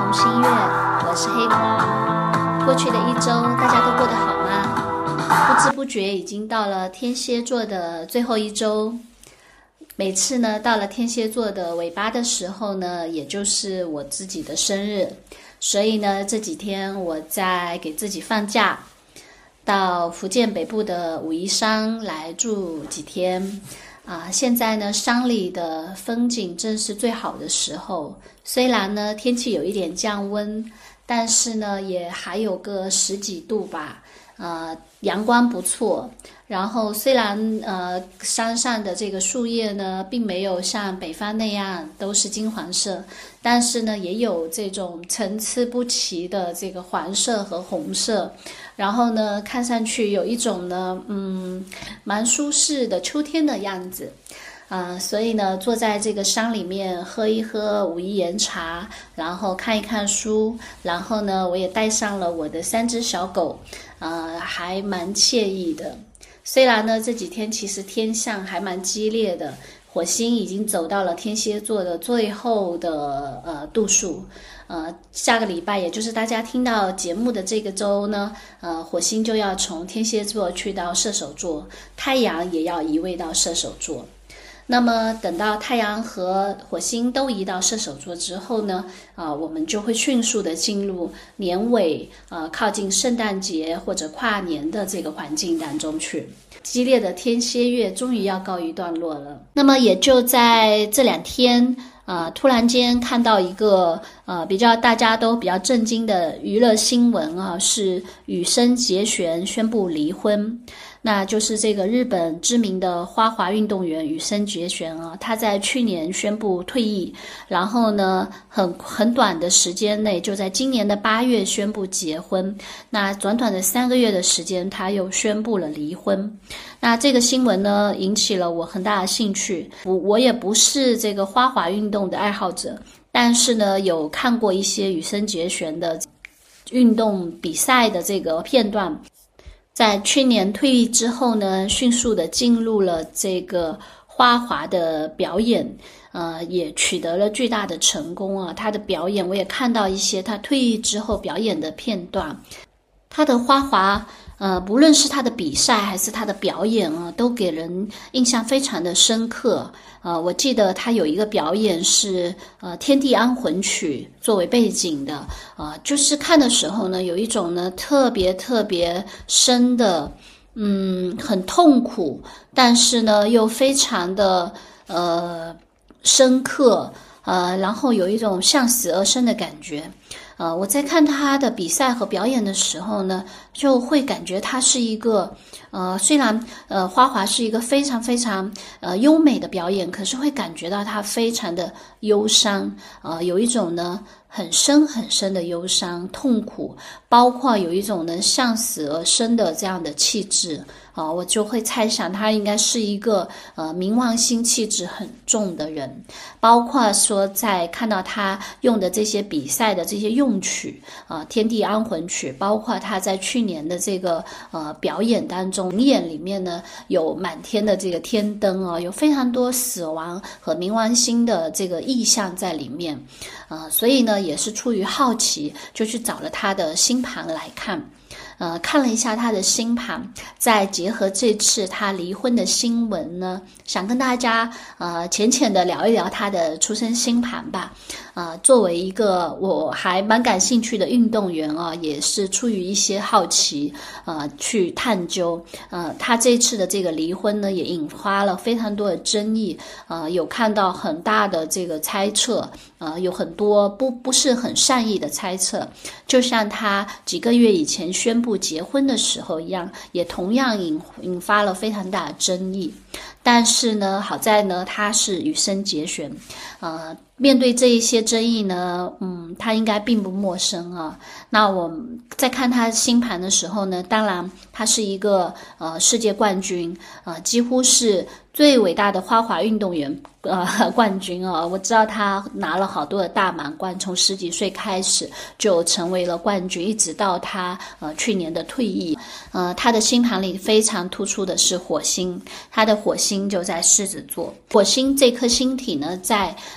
同心月，我是黑童。过去的一周，大家都过得好吗？不知不觉已经到了天蝎座的最后一周。每次呢，到了天蝎座的尾巴的时候呢，也就是我自己的生日，所以呢，这几天我在给自己放假，到福建北部的武夷山来住几天。现在呢，山里的风景正是最好的时候。虽然呢天气有一点降温，但是呢也还有个10几度吧。阳光不错。然后虽然山上的这个树叶呢，并没有像北方那样都是金黄色，但是呢也有这种参差不齐的这个黄色和红色。然后呢，看上去有一种呢，蛮舒适的秋天的样子。所以呢，坐在这个山里面喝一喝武夷岩茶，然后看一看书，然后呢，我也带上了我的3只小狗，还蛮惬意的。虽然呢，这几天其实天象还蛮激烈的，火星已经走到了天蝎座的最后的度数。下个礼拜，也就是大家听到节目的这个周呢，火星就要从天蝎座去到射手座，太阳也要移位到射手座。那么等到太阳和火星都移到射手座之后呢，我们就会迅速的进入年尾，靠近圣诞节或者跨年的这个环境当中去。激烈的天蝎月终于要告一段落了。那么也就在这2天，突然间看到一个大家都比较震惊的娱乐新闻是羽生结弦宣布离婚。那就是这个日本知名的花滑运动员羽生结弦他在去年宣布退役，然后呢很短的时间内，就在今年的8月宣布结婚。那短短的3个月的时间，他又宣布了离婚。那这个新闻呢，引起了我很大的兴趣。我也不是这个花滑运动的爱好者，但是呢，有看过一些羽生结弦的运动比赛的这个片段。在去年退役之后呢，迅速的进入了这个花滑的表演，也取得了巨大的成功他的表演我也看到一些他退役之后表演的片段。他的花滑不论是他的比赛还是他的表演都给人印象非常的深刻。我记得他有一个表演是天地安魂曲作为背景的，就是看的时候呢，有一种呢特别深的很痛苦，但是呢又非常的深刻，然后有一种向死而生的感觉。我在看他的比赛和表演的时候呢，就会感觉他是一个虽然花滑是一个非常优美的表演，可是会感觉到他非常的忧伤，有一种呢很深的忧伤痛苦，包括有一种呢向死而生的这样的气质。我就会猜想他应该是一个冥王星气质很重的人。包括说在看到他用的这些比赛的这些用曲天地安魂曲，包括他在去年的这个表演当中，灵演里面呢有满天的这个天灯有非常多死亡和冥王星的这个意象在里面。所以呢也是出于好奇，就去找了他的星盘来看。看了一下他的星盘，再结合这次他离婚的新闻呢，想跟大家浅的聊一聊他的出生星盘吧。作为一个我还蛮感兴趣的运动员也是出于一些好奇去探究。他这次的这个离婚呢，也引发了非常多的争议。有看到很大的这个猜测，有很多不是很善意的猜测，就像他几个月以前宣布结婚的时候一样，也同样引发了非常大的争议。但是呢，好在呢他是羽生结弦，面对这一些争议呢，他应该并不陌生那我在看他星盘的时候呢，当然他是一个世界冠军，几乎是最伟大的花滑运动员冠军我知道他拿了好多的大满贯，从10几岁开始就成为了冠军，一直到他去年的退役。他的星盘里非常突出的是火星，他的火星就在狮子座。火星这颗星体呢，在占星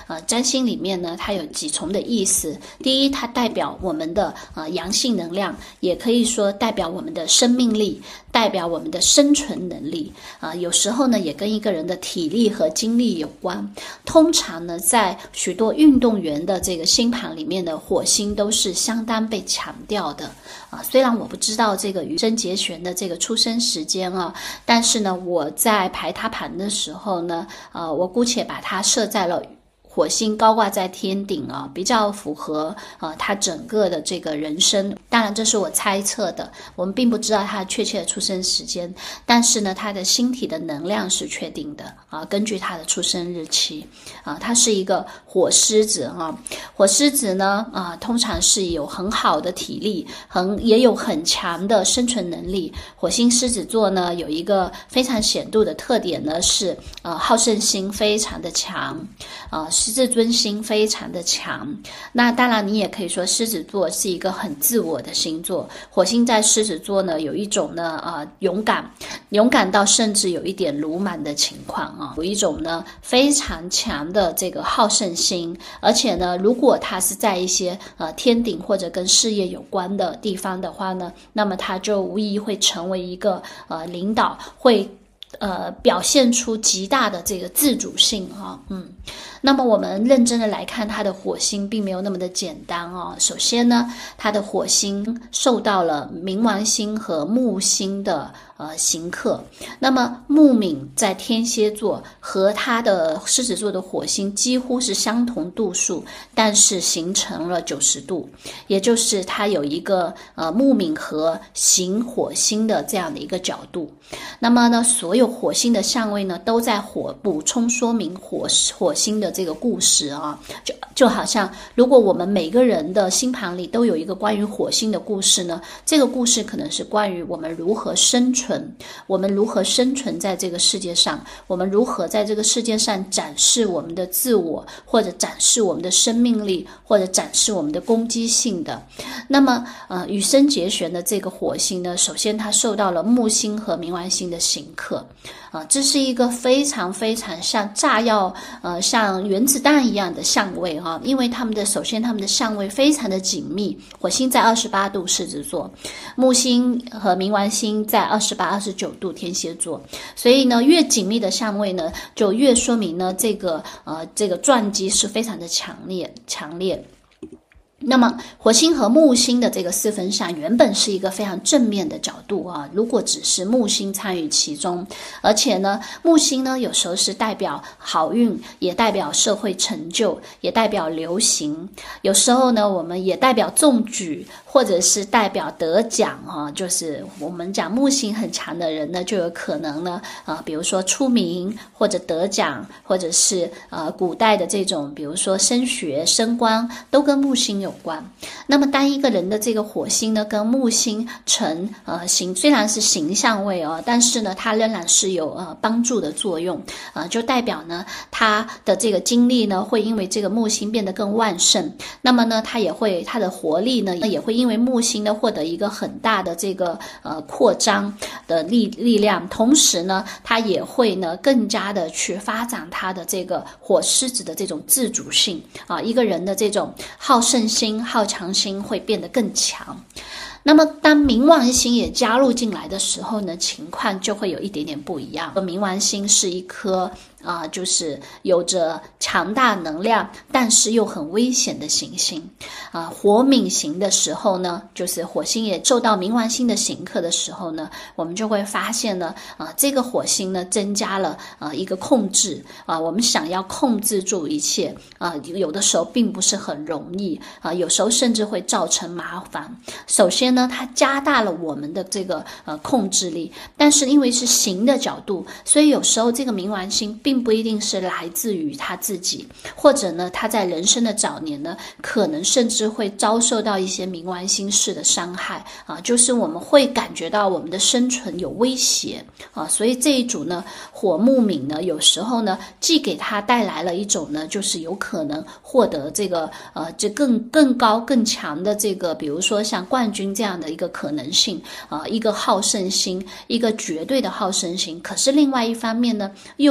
星里面呢，它有几重的意思。第一，它代表我们的阳性能量，也可以说代表我们的生命力，代表我们的生存能力有时候呢也跟一个人的体力和精力有关。通常呢，在许多运动员的这个星盘里面的火星都是相当被强调的虽然我不知道这个羽生结弦的这个出生时间但是呢，我在排他盘的时候呢，我姑且把它设在了火星高挂在天顶比较符合他整个的这个人生。当然这是我猜测的，我们并不知道他确切的出生时间，但是呢，他的星体的能量是确定的根据他的出生日期他是一个火狮子火狮子呢通常是有很好的体力，也有很强的生存能力。火星狮子座呢有一个非常显著的特点呢是好胜心非常的强狮子尊心非常的强。那当然你也可以说狮子座是一个很自我的星座。火星在狮子座呢有一种呢勇敢到甚至有一点鲁莽的情况有一种呢非常强的这个好胜心。而且呢，如果他是在一些天顶或者跟事业有关的地方的话呢，那么他就无疑会成为一个领导，会表现出极大的这个自主性那么我们认真的来看，它的火星并没有那么的简单首先呢，它的火星受到了冥王星和木星的刑克。那么木冥在天蝎座和它的狮子座的火星几乎是相同度数，但是形成了90度，也就是它有一个木冥和刑火星的这样的一个角度。那么呢，所有火星的相位呢都在补充说明火星的这个故事就好像如果我们每个人的星盘里都有一个关于火星的故事呢，这个故事可能是关于我们如何生存，我们如何生存在这个世界上，我们如何在这个世界上展示我们的自我，或者展示我们的生命力，或者展示我们的攻击性的。那么羽生结弦的这个火星呢，首先它受到了木星和冥王星的刑克这是一个非常非常像炸药像原子弹一样的相位因为首先他们的相位非常的紧密。火星在28度狮子座，木星和冥王星在28、29度天蝎座，所以呢越紧密的相位呢，就越说明呢这个撞击是非常的强烈。那么火星和木星的这个四分相原本是一个非常正面的角度如果只是木星参与其中，而且呢木星呢有时候是代表好运，也代表社会成就，也代表流行，有时候呢我们也代表中举，或者是代表得奖就是我们讲木星很强的人呢，就有可能呢比如说出名或者得奖，或者是古代的这种比如说升学升官都跟木星有关。那么当一个人的这个火星呢跟木星成形，虽然是形相位但是呢它仍然是有帮助的作用就代表呢他的这个精力呢会因为这个木星变得更旺盛。那么呢他的活力呢也会因为木星呢获得一个很大的这个扩张的力量，同时呢他也会呢更加的去发展他的这个火狮子的这种自主性一个人的这种好胜心好强心会变得更强。那么当冥王星也加入进来的时候呢，情况就会有一点点不一样。冥王星是一颗就是有着强大能量但是又很危险的行星火冥型的时候呢，就是火星也受到冥王星的刑克的时候呢，我们就会发现呢这个火星呢增加了一个控制我们想要控制住一切有的时候并不是很容易有时候甚至会造成麻烦。首先呢它加大了我们的这个控制力，但是因为是刑的角度，所以有时候这个冥王星并不一定是来自于他自己，或者呢他在人生的早年呢可能甚至会遭受到一些冥王星式的伤害就是我们会感觉到我们的生存有威胁所以这一组呢火木冥呢有时候呢既给他带来了一种呢就是有可能获得这个这更高更强的这个比如说像冠军这样的一个可能性一个好胜心，一个绝对的好胜心。可是另外一方面呢又让这个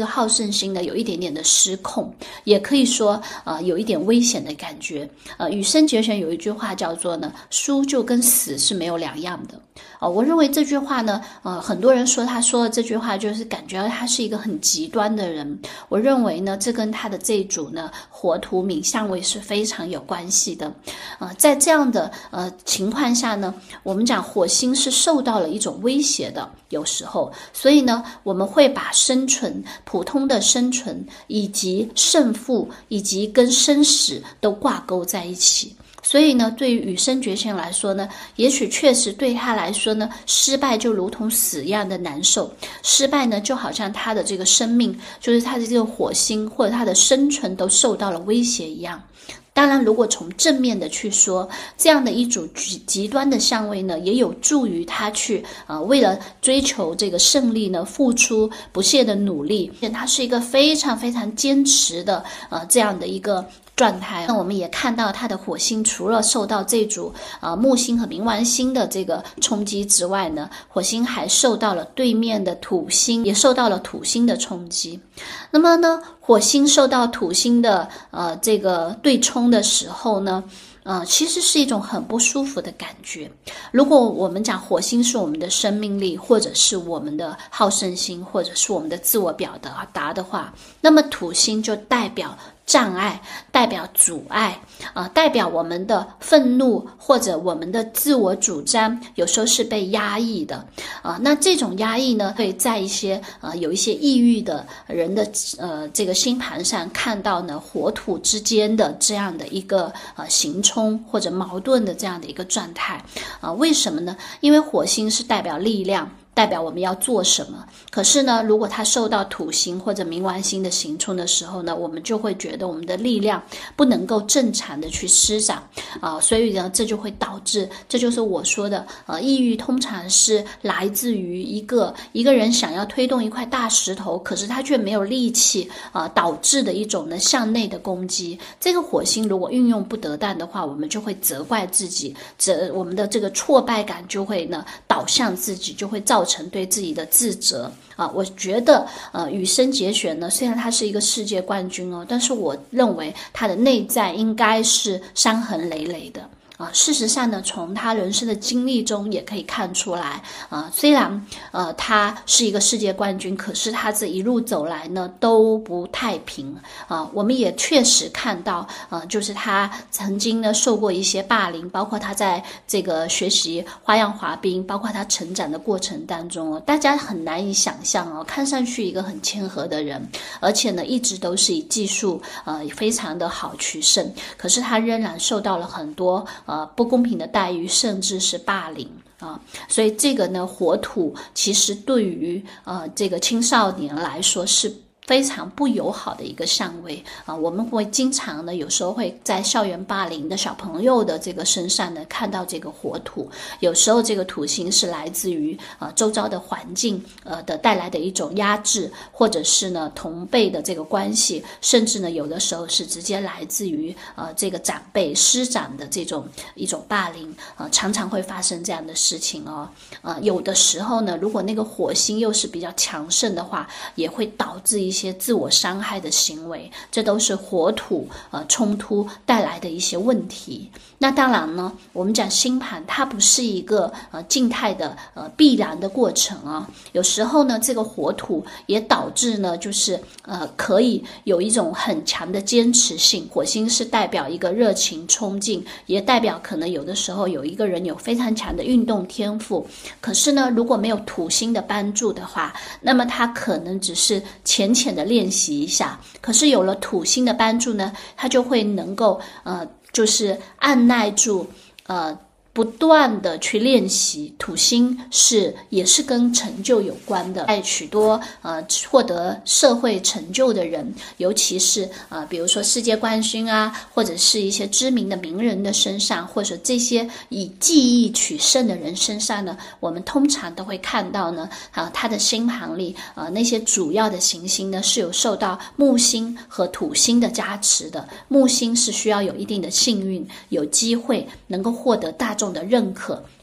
个好胜心呢有一点点的失控，也可以说有一点危险的感觉。羽生结弦有一句话叫做呢，输就跟死是没有两样的。我认为这句话呢，很多人说他说的这句话就是感觉他是一个很极端的人。我认为呢，这跟他的这一组呢火土冥相位是非常有关系的。在这样的情况下呢，我们讲火星是受到了一种威胁的，有时候，所以呢，我们会把生存、普通的生存以及胜负以及跟生死都挂钩在一起。所以呢，对于羽生结弦来说呢，也许确实对他来说呢，失败就如同死一样的难受。失败呢，就好像他的这个生命，就是他的这个火星或者他的生存都受到了威胁一样。当然，如果从正面的去说，这样的一组极端的相位呢，也有助于他去为了追求这个胜利呢，付出不懈的努力。他是一个非常非常坚持的这样的一个状态。那我们也看到他的火星除了受到这组木星和冥王星的这个冲击之外呢，火星还受到了对面的土星，也受到了土星的冲击。那么呢，火星受到土星的这个对冲的时候呢，其实是一种很不舒服的感觉。如果我们讲火星是我们的生命力，或者是我们的好胜心，或者是我们的自我表达的话，那么土星就代表障碍，代表阻碍，代表我们的愤怒或者我们的自我主张有时候是被压抑的。那这种压抑呢，会在一些有一些抑郁的人的这个星盘上看到呢，火土之间的这样的一个行冲或者矛盾的这样的一个状态。为什么呢？因为火星是代表力量，代表我们要做什么。可是呢，如果它受到土星或者冥王星的行冲的时候呢，我们就会觉得我们的力量不能够正常的去施展所以呢，这就会导致，这就是我说的抑郁通常是来自于一个人想要推动一块大石头，可是他却没有力气导致的一种呢向内的攻击。这个火星如果运用不得当的话，我们就会责怪自己，我们的这个挫败感就会呢导向自己，就会造成对自己的自责。我觉得羽生结弦呢，虽然他是一个世界冠军但是我认为他的内在应该是伤痕累累的。事实上呢，从他人生的经历中也可以看出来虽然他是一个世界冠军，可是他这一路走来呢都不太平我们也确实看到就是他曾经呢受过一些霸凌，包括他在这个学习花样滑冰，包括他成长的过程当中大家很难以想象看上去一个很谦和的人，而且呢一直都是以技术非常的好取胜，可是他仍然受到了很多不公平的待遇，甚至是霸凌所以这个呢，火土其实对于这个青少年来说是非常不友好的一个相位我们会经常呢，有时候会在校园霸凌的小朋友的这个身上呢看到这个火土。有时候这个土星是来自于周遭的环境的带来的一种压制，或者是呢同辈的这个关系，甚至呢有的时候是直接来自于这个长辈师长的这种一种霸凌常常会发生这样的事情有的时候呢，如果那个火星又是比较强盛的话，也会导致一些自我伤害的行为，这都是火土冲突带来的一些问题。那当然呢，我们讲星盘它不是一个静态的必然的过程有时候呢这个火土也导致呢就是可以有一种很强的坚持性。火星是代表一个热情冲劲，也代表可能有的时候有一个人有非常强的运动天赋，可是呢如果没有土星的帮助的话，那么他可能只是浅浅的练习一下，可是有了土星的帮助呢，他就会能够就是按耐住不断的去练习。土星也是跟成就有关的，在许多获得社会成就的人，尤其是比如说世界冠军或者是一些知名的名人的身上，或者这些以技艺取胜的人身上呢，我们通常都会看到呢他的星盘里那些主要的行星呢是有受到木星和土星的加持的。木星是需要有一定的幸运，有机会能够获得大众的认可，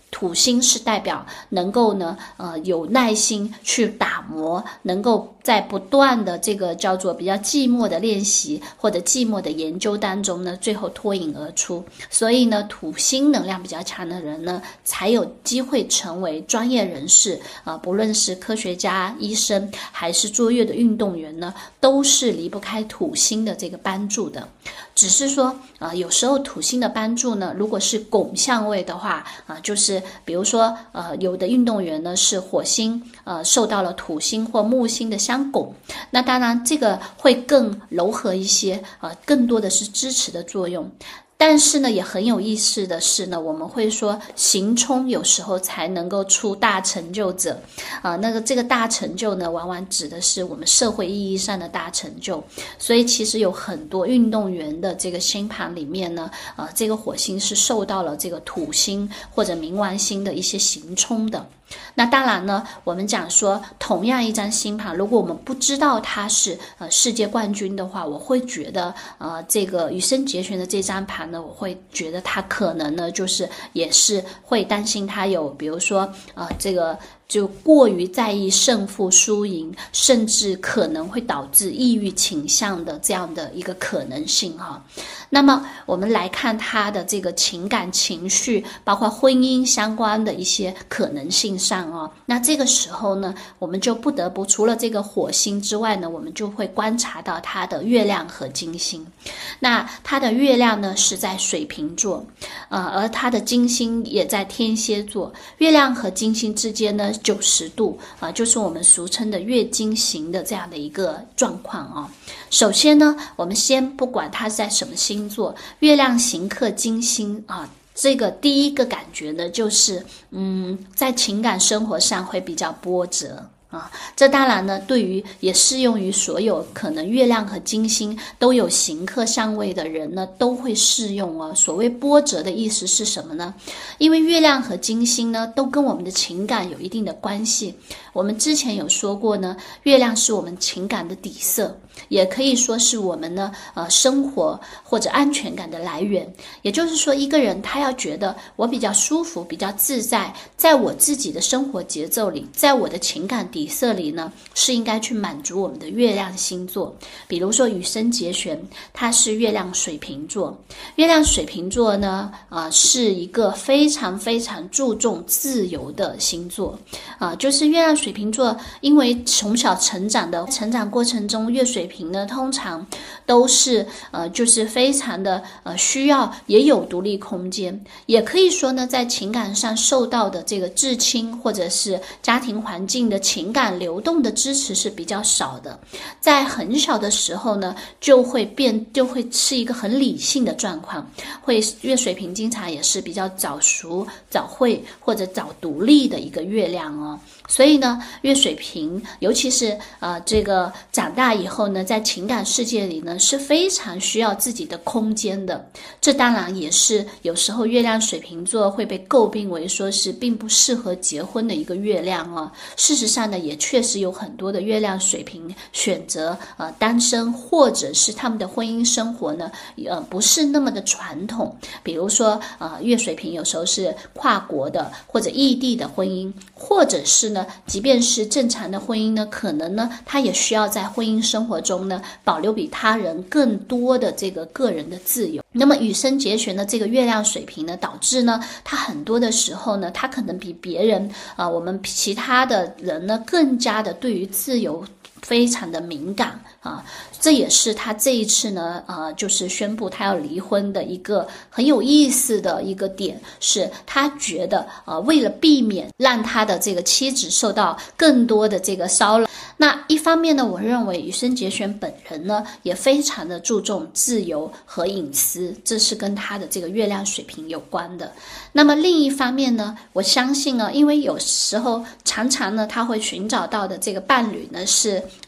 土星是代表能够呢，有耐心去打磨，能够在不断的这个叫做比较寂寞的练习或者寂寞的研究当中呢，最后脱颖而出。所以呢，土星能量比较强的人呢，才有机会成为专业人士不论是科学家、医生，还是卓越的运动员呢，都是离不开土星的这个帮助的。只是说有时候土星的帮助呢，如果是拱相位的话就是比如说有的运动员呢是火星受到了土星或木星的相拱，那当然这个会更柔和一些更多的是支持的作用。但是呢，也很有意思的是呢，我们会说行冲有时候才能够出大成就者这个大成就呢，往往指的是我们社会意义上的大成就。所以其实有很多运动员的这个星盘里面呢，这个火星是受到了这个土星或者冥王星的一些行冲的。那当然呢，我们讲说同样一张星盘，如果我们不知道他是世界冠军的话，我会觉得这个羽生结弦的这张盘呢，我会觉得他可能呢就是也是会担心他有比如说这个就过于在意胜负输赢，甚至可能会导致抑郁倾向的这样的一个可能性那么我们来看他的这个情感情绪，包括婚姻相关的一些可能性上那这个时候呢，我们就不得不除了这个火星之外呢，我们就会观察到他的月亮和金星。那他的月亮呢是在水瓶座而他的金星也在天蝎座。月亮和金星之间呢90度就是我们俗称的月金行的这样的一个状况首先呢，我们先不管它是在什么星座，月亮行克金星这个第一个感觉呢，就是在情感生活上会比较波折这当然呢，对于也适用于所有可能月亮和金星都有刑克相位的人呢，都会适用所谓波折的意思是什么呢？因为月亮和金星呢，都跟我们的情感有一定的关系。我们之前有说过呢，月亮是我们情感的底色，也可以说是我们呢生活或者安全感的来源。也就是说，一个人他要觉得我比较舒服、比较自在，在我自己的生活节奏里，在我的情感底色里呢，是应该去满足我们的月亮星座。比如说羽生结弦，他是月亮水瓶座。月亮水瓶座呢是一个非常非常注重自由的星座就是月亮水瓶座，因为从小成长过程中，月水瓶呢通常都是就是非常的需要也有独立空间，也可以说呢在情感上受到的这个至亲或者是家庭环境的情感流动的支持是比较少的。在很小的时候呢就会是一个很理性的状况，月水瓶经常也是比较早熟、早会或者早独立的一个月亮所以呢，月水瓶尤其是这个长大以后呢，在情感世界里呢是非常需要自己的空间的。这当然也是有时候月亮水瓶座会被诟病为说是并不适合结婚的一个月亮事实上呢，也确实有很多的月亮水瓶选择单身，或者是他们的婚姻生活呢不是那么的传统。比如说月水瓶有时候是跨国的或者异地的婚姻，或者是呢即便是正常的婚姻呢，可能呢他也需要在婚姻生活中呢保留比他人更多的这个个人的自由。那么羽生结弦的这个月亮水瓶呢，导致呢他很多的时候呢，他可能比别人我们其他的人呢更加的对于自由非常的敏感这也是他这一次呢就是宣布他要离婚的一个很有意思的一个点，是他觉得为了避免让他的这个妻子受到更多的这个骚扰，那一方面呢，我认为羽生结弦本人呢也非常的注重自由和隐私，这是跟他的这个月亮水瓶有关的。那么另一方面呢，我相信呢，因为有时候常常呢他会寻找到的这个伴侣呢是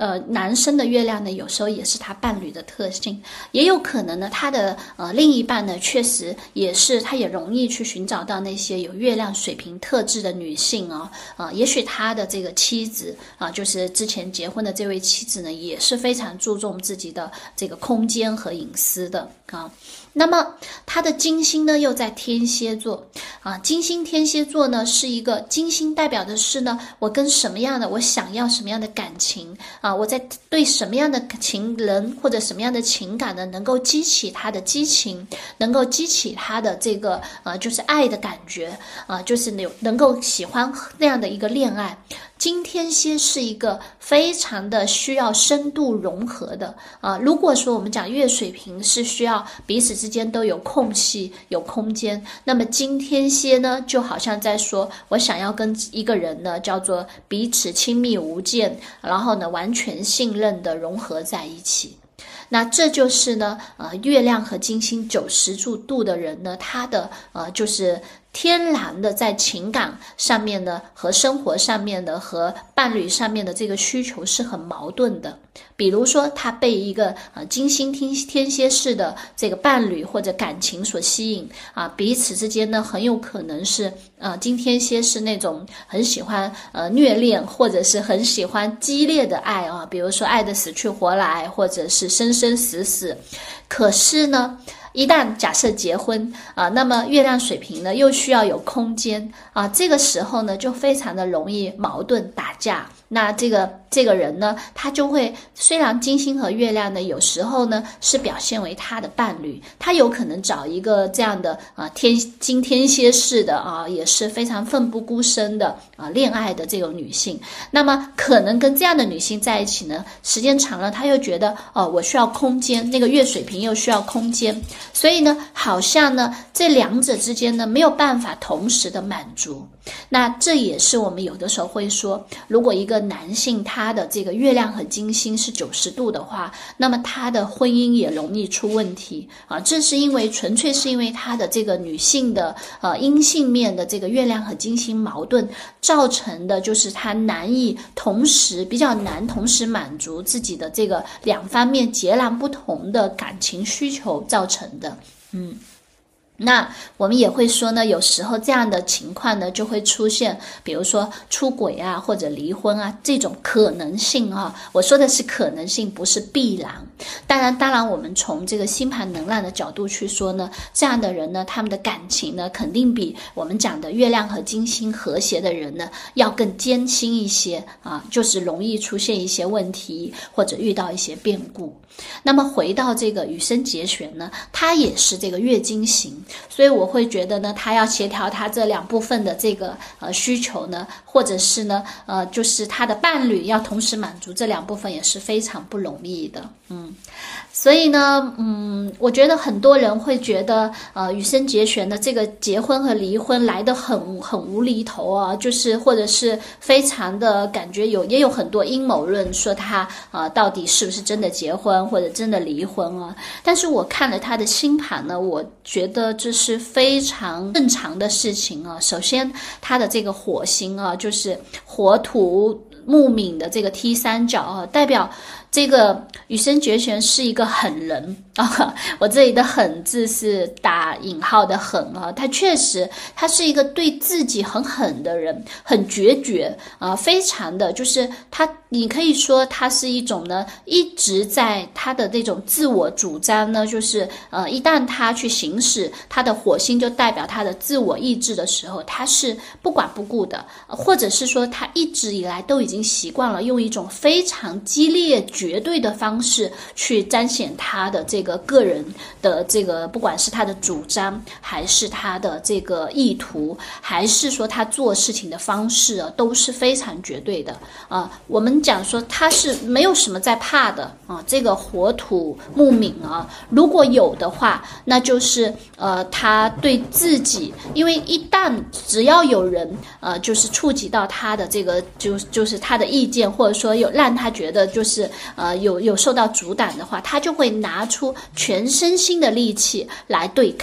男生的月亮呢，有时候也是他伴侣的特性，也有可能呢，他的另一半呢，确实也是，他也容易去寻找到那些有月亮水瓶特质的女性也许他的这个妻子就是之前结婚的这位妻子呢，也是非常注重自己的这个空间和隐私的那么他的金星呢又在天蝎座金星天蝎座呢是一个金星代表的是呢，我跟什么样的，我想要什么样的感情我在对什么样的情人或者什么样的情感呢，能够激起他的激情，能够激起他的这个就是爱的感觉就是能够喜欢那样的一个恋爱。金天蝎是一个非常的需要深度融合的如果说我们讲月水瓶是需要彼此之间都有空隙有空间，那么金天蝎呢就好像在说，我想要跟一个人呢叫做彼此亲密无间，然后呢完全信任的融合在一起。那这就是呢月亮和金星90度的人呢，他的就是天然的在情感上面呢和生活上面的和伴侣上面的这个需求是很矛盾的。比如说他被一个金星天蝎式的这个伴侣或者感情所吸引彼此之间呢很有可能是金天蝎是那种很喜欢虐恋或者是很喜欢激烈的爱比如说爱得死去活来或者是生生死死。可是呢一旦假设结婚那么月亮水瓶呢又需要有空间这个时候呢就非常的容易矛盾打架。那这个人呢，他就会虽然金星和月亮呢有时候呢是表现为他的伴侣，他有可能找一个这样的金天蝎式的也是非常奋不顾身的恋爱的这种女性。那么可能跟这样的女性在一起呢，时间长了他又觉得我需要空间，那个月水瓶又需要空间，所以呢好像呢这两者之间呢没有办法同时的满足。那这也是我们有的时候会说，如果一个男性他的这个月亮和金星是90度的话，那么他的婚姻也容易出问题这是因为纯粹是因为他的这个女性的阴性面的这个月亮和金星矛盾造成的，就是他比较难同时满足自己的这个两方面截然不同的感情需求造成的。那我们也会说呢，有时候这样的情况呢就会出现，比如说出轨或者离婚这种可能性我说的是可能性，不是必然。当然我们从这个星盘能量的角度去说呢，这样的人呢，他们的感情呢肯定比我们讲的月亮和金星和谐的人呢要更艰辛一些就是容易出现一些问题或者遇到一些变故。那么回到这个羽生结弦呢，他也是这个月金型，所以我会觉得呢，他要协调他这两部分的这个需求呢，或者是呢就是他的伴侣要同时满足这两部分也是非常不容易的。所以呢我觉得很多人会觉得羽生结弦的这个结婚和离婚来得很无厘头就是或者是非常的感觉也有很多阴谋论说他到底是不是真的结婚或者真的离婚但是我看了他的星盘呢，我觉得这是非常正常的事情首先他的这个火星就是火土木冥的这个 T 三角代表这个羽生结弦是一个狠人我这里的狠字是打引号的狠他确实他是一个对自己很狠的人，很决绝非常的就是你可以说他是一种呢一直在他的这种自我主张呢，就是一旦他去行使他的火星就代表他的自我意志的时候，他是不管不顾的或者是说他一直以来都已经习惯了用一种非常激烈绝对的方式去彰显他的这个个人的这个不管是他的主张还是他的这个意图还是说他做事情的方式都是非常绝对的我们讲说他是没有什么在怕的这个火土木冥如果有的话那就是他对自己，因为一旦只要有人就是触及到他的这个就是他的意见，或者说让他觉得就是有受到阻挡的话，他就会拿出全身心的力气来对抗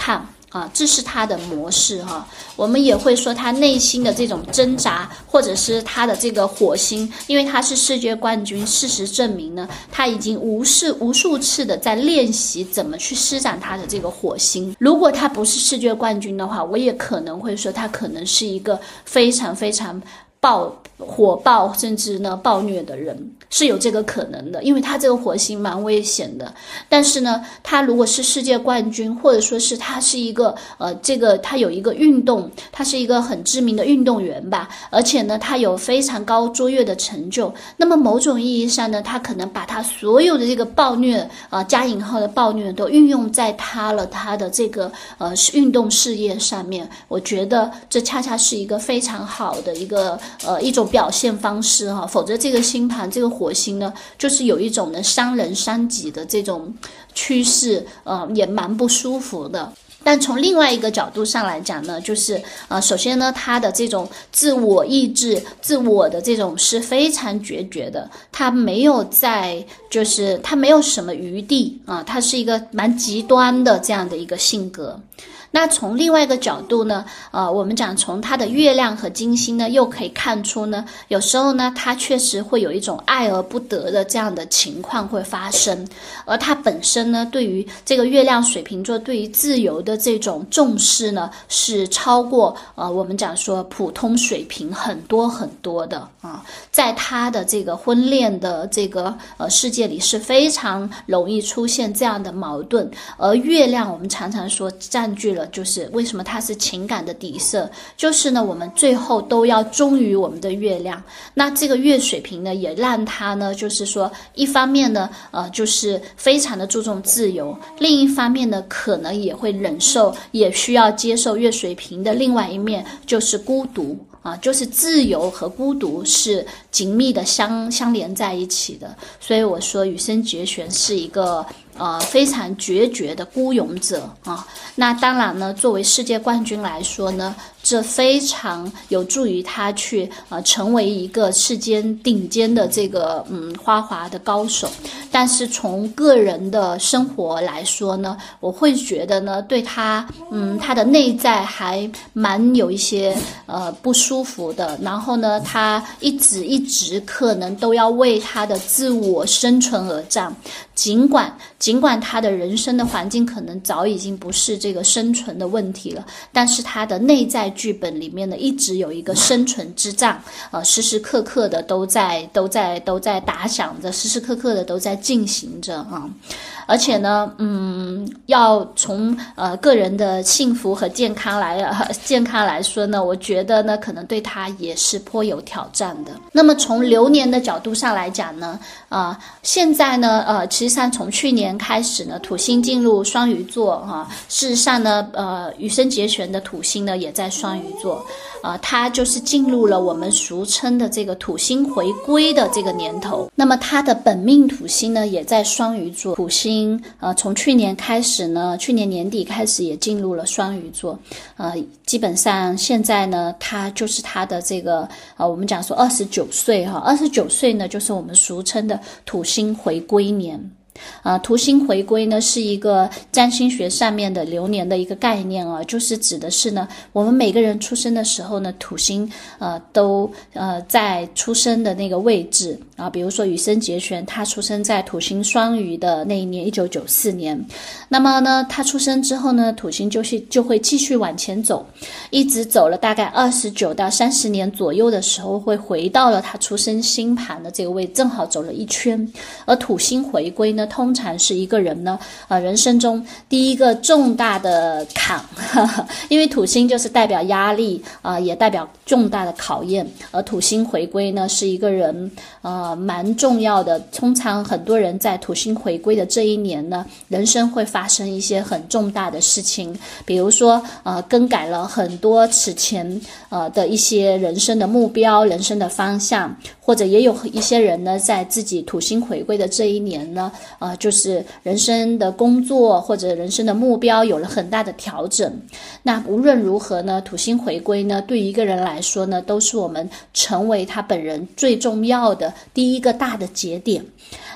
这是他的模式我们也会说他内心的这种挣扎，或者是他的这个火星，因为他是世界冠军，事实证明呢，他已经无数次的在练习怎么去施展他的这个火星。如果他不是世界冠军的话，我也可能会说他可能是一个非常非常火爆甚至呢暴虐的人，是有这个可能的，因为他这个火星蛮危险的。但是呢，他如果是世界冠军，或者说是他是一个他有一个运动，他是一个很知名的运动员吧，而且呢他有非常高卓越的成就，那么某种意义上呢，他可能把他所有的这个暴虐加引号的暴虐都运用在他的这个运动事业上面。我觉得这恰恰是一个非常好的一种表现方式否则这个星盘这个火星呢，就是有一种呢伤人伤己的这种趋势，也蛮不舒服的。但从另外一个角度上来讲呢，就是首先呢，他的这种自我意志、自我的这种是非常决绝的，他没有他没有什么余地他是一个蛮极端的这样的一个性格。那从另外一个角度呢，我们讲从他的月亮和金星呢，又可以看出呢，有时候呢，他确实会有一种爱而不得的这样的情况会发生，而他本身呢，对于这个月亮水瓶座对于自由的这种重视呢，是超过我们讲说普通水平很多很多的在他的这个婚恋的这个世界里是非常容易出现这样的矛盾，而月亮我们常常说占据了，就是为什么它是情感的底色，就是呢我们最后都要忠于我们的月亮。那这个月水瓶呢，也让他呢就是说一方面呢就是非常的注重自由，另一方面呢可能也会忍受，也需要接受月水瓶的另外一面，就是孤独就是自由和孤独是紧密的相连在一起的。所以我说羽生结弦是一个非常决绝的孤勇者那当然呢，作为世界冠军来说呢，这非常有助于他去成为一个世间顶尖的这个花滑的高手。但是从个人的生活来说呢，我会觉得呢，对他他的内在还蛮有一些不舒服的。然后呢，他一直可能都要为他的自我生存而战，尽管他的人生的环境可能早已经不是这个生存的问题了，但是他的内在剧本里面呢，一直有一个生存之战，时时刻刻的都在打响着，时时刻刻的都在进行着而且呢，要从个人的幸福和健康来说呢，我觉得呢，可能对他也是颇有挑战的。那么从流年的角度上来讲呢，现在呢，其实上从去年开始呢，土星进入双鱼座事实上呢，羽生结弦的土星呢也在双鱼座，它就是进入了我们俗称的这个土星回归的这个年头。那么它的本命土星呢也在双鱼座，土星从去年开始呢，去年年底开始也进入了双鱼座，基本上现在呢，它就是它的这个我们讲说29岁29岁呢，就是我们俗称的土星回归年。土星回归呢是一个占星学上面的流年的一个概念就是指的是呢，我们每个人出生的时候呢，土星都在出生的那个位置比如说羽生结弦他出生在土星双鱼的那一年1994年，那么呢他出生之后呢，土星就会继续往前走，一直走了大概29到30年左右的时候，会回到了他出生星盘的这个位置，正好走了一圈。而土星回归呢，通常是一个人呢人生中第一个重大的坎因为土星就是代表压力也代表重大的考验，而土星回归呢是一个人蛮重要的。通常很多人在土星回归的这一年呢，人生会发生一些很重大的事情，比如说更改了很多此前的一些人生的目标、人生的方向，或者也有一些人呢在自己土星回归的这一年呢就是人生的工作或者人生的目标有了很大的调整。那无论如何呢，土星回归呢，对于一个人来说呢，都是我们成为他本人最重要的第一个大的节点。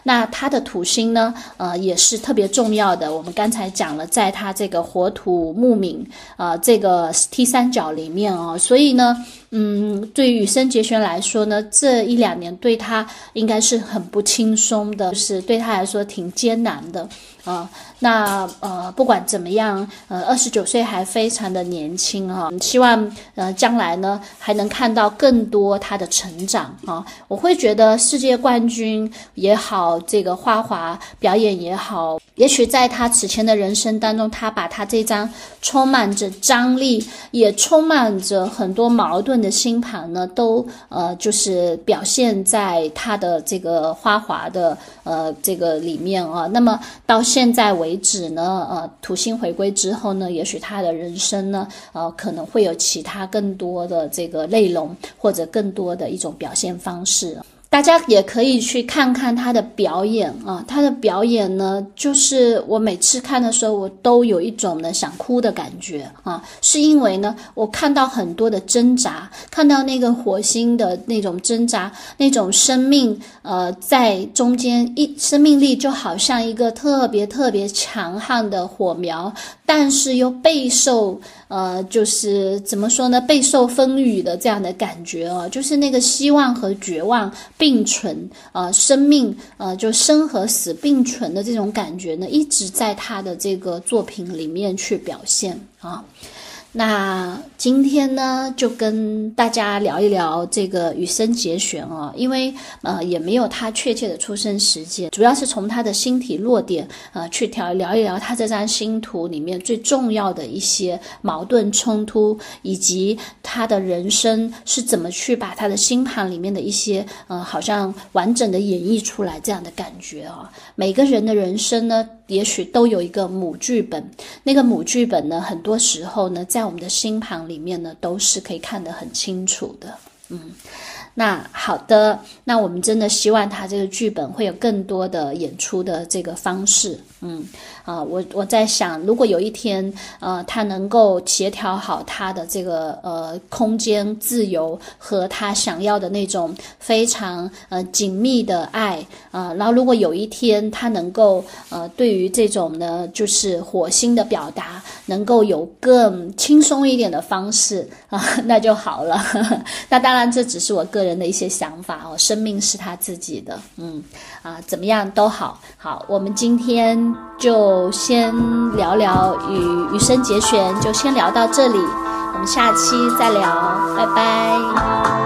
那他的土星呢，也是特别重要的。我们刚才讲了，在他这个火土木冥这个 T 三角里面哦，所以呢，对于羽生结弦来说呢，这1-2年对他应该是很不轻松的，就是对他来说挺艰难的那不管怎么样，29岁还非常的年轻希望将来呢还能看到更多他的成长我会觉得世界冠军也好，这个花滑表演也好，也许在他此前的人生当中，他把他这张充满着张力，也充满着很多矛盾的星盘呢，都就是表现在他的这个花滑的这个里面那么到现在为止呢，土星回归之后呢，也许他的人生呢，可能会有其他更多的这个内容，或者更多的一种表现方式。大家也可以去看看他的表演他的表演呢，就是我每次看的时候，我都有一种呢想哭的感觉是因为呢，我看到很多的挣扎，看到那个火星的那种挣扎，那种生命在中间生命力就好像一个特别特别强悍的火苗，但是又备受就是怎么说呢，备受风雨的这样的感觉就是那个希望和绝望并存生命就生和死并存的这种感觉呢，一直在他的这个作品里面去表现那今天呢，就跟大家聊一聊这个羽生结弦因为也没有他确切的出生时间，主要是从他的星体落点去聊一聊他这张星图里面最重要的一些矛盾冲突，以及他的人生是怎么去把他的星盘里面的一些好像完整的演绎出来这样的感觉每个人的人生呢，也许都有一个母剧本，那个母剧本呢，很多时候呢，在我们的星盘里面呢，都是可以看得很清楚的。那好的，那我们真的希望他这个剧本会有更多的演出的这个方式。我在想，如果有一天他能够协调好他的这个空间自由和他想要的那种非常紧密的爱然后如果有一天他能够对于这种呢就是火星的表达能够有更轻松一点的方式那就好了那当然这只是我个人的一些想法生命是他自己的怎么样都好。我们今天就先聊聊羽生结弦，就先聊到这里，我们下期再聊，拜拜。